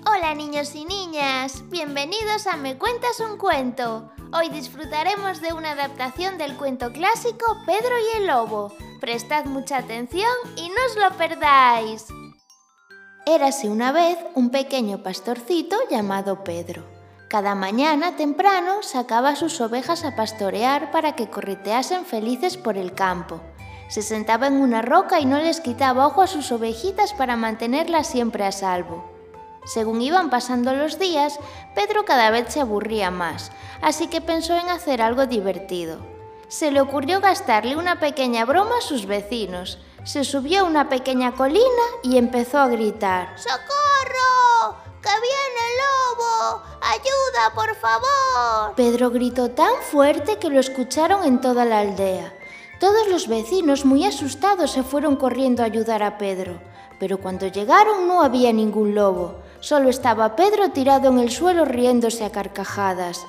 Hola niños y niñas, bienvenidos a Me Cuentas un Cuento. Hoy disfrutaremos de una adaptación del cuento clásico Pedro y el Lobo. Prestad mucha atención y no os lo perdáis. Érase una vez un pequeño pastorcito llamado Pedro. Cada mañana temprano sacaba a sus ovejas a pastorear para que correteasen felices por el campo. Se sentaba en una roca y no les quitaba ojo a sus ovejitas para mantenerlas siempre a salvo. Según iban pasando los días, Pedro cada vez se aburría más, así que pensó en hacer algo divertido. Se le ocurrió gastarle una pequeña broma a sus vecinos. Se subió a una pequeña colina y empezó a gritar: ¡Socorro! ¡Que viene el lobo! ¡Ayuda, por favor! Pedro gritó tan fuerte que lo escucharon en toda la aldea. Todos los vecinos, muy asustados, se fueron corriendo a ayudar a Pedro. Pero cuando llegaron no había ningún lobo. Solo estaba Pedro tirado en el suelo riéndose a carcajadas.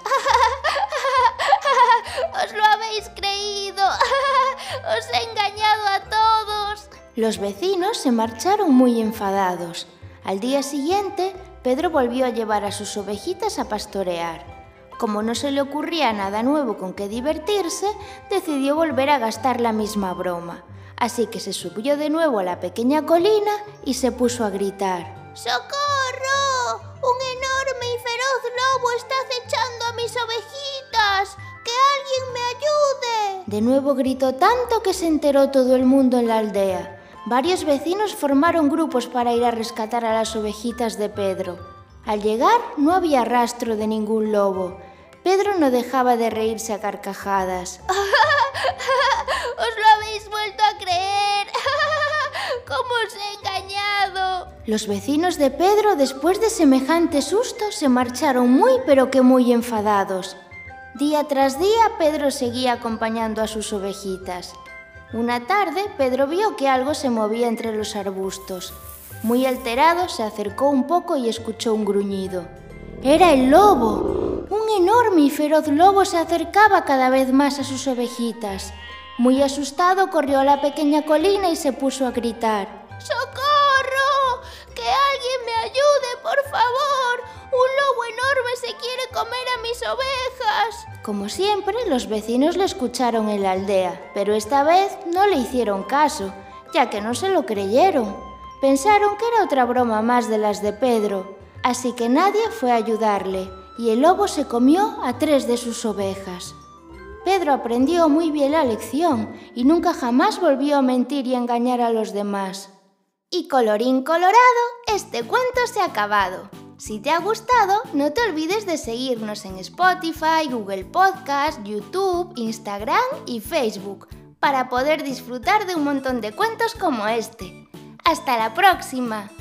¡Os lo habéis creído! ¡Os he engañado a todos! Los vecinos se marcharon muy enfadados. Al día siguiente, Pedro volvió a llevar a sus ovejitas a pastorear. Como no se le ocurría nada nuevo con que divertirse, decidió volver a gastar la misma broma. Así que se subió de nuevo a la pequeña colina y se puso a gritar: ¡Socorro! ¡Un enorme y feroz lobo está acechando a mis ovejitas! ¡Que alguien me ayude! De nuevo gritó tanto que se enteró todo el mundo en la aldea. Varios vecinos formaron grupos para ir a rescatar a las ovejitas de Pedro. Al llegar no había rastro de ningún lobo. Pedro no dejaba de reírse a carcajadas. ¡Os lo habéis vuelto a creer! ¡Cómo os he engañado! Los vecinos de Pedro, después de semejante susto, se marcharon muy pero que muy enfadados. Día tras día, Pedro seguía acompañando a sus ovejitas. Una tarde, Pedro vio que algo se movía entre los arbustos. Muy alterado, se acercó un poco y escuchó un gruñido. ¡Era el lobo! Un enorme y feroz lobo se acercaba cada vez más a sus ovejitas. Muy asustado, corrió a la pequeña colina y se puso a gritar: ¡Socorro! ¡Que alguien me ayude, por favor! ¡Un lobo enorme se quiere comer a mis ovejas! Como siempre, los vecinos le escucharon en la aldea, pero esta vez no le hicieron caso, ya que no se lo creyeron. Pensaron que era otra broma más de las de Pedro, así que nadie fue a ayudarle, y el lobo se comió a 3 de sus ovejas. Pedro aprendió muy bien la lección y nunca jamás volvió a mentir y engañar a los demás. Y colorín colorado, este cuento se ha acabado. Si te ha gustado, no te olvides de seguirnos en Spotify, Google Podcast, YouTube, Instagram y Facebook para poder disfrutar de un montón de cuentos como este. ¡Hasta la próxima!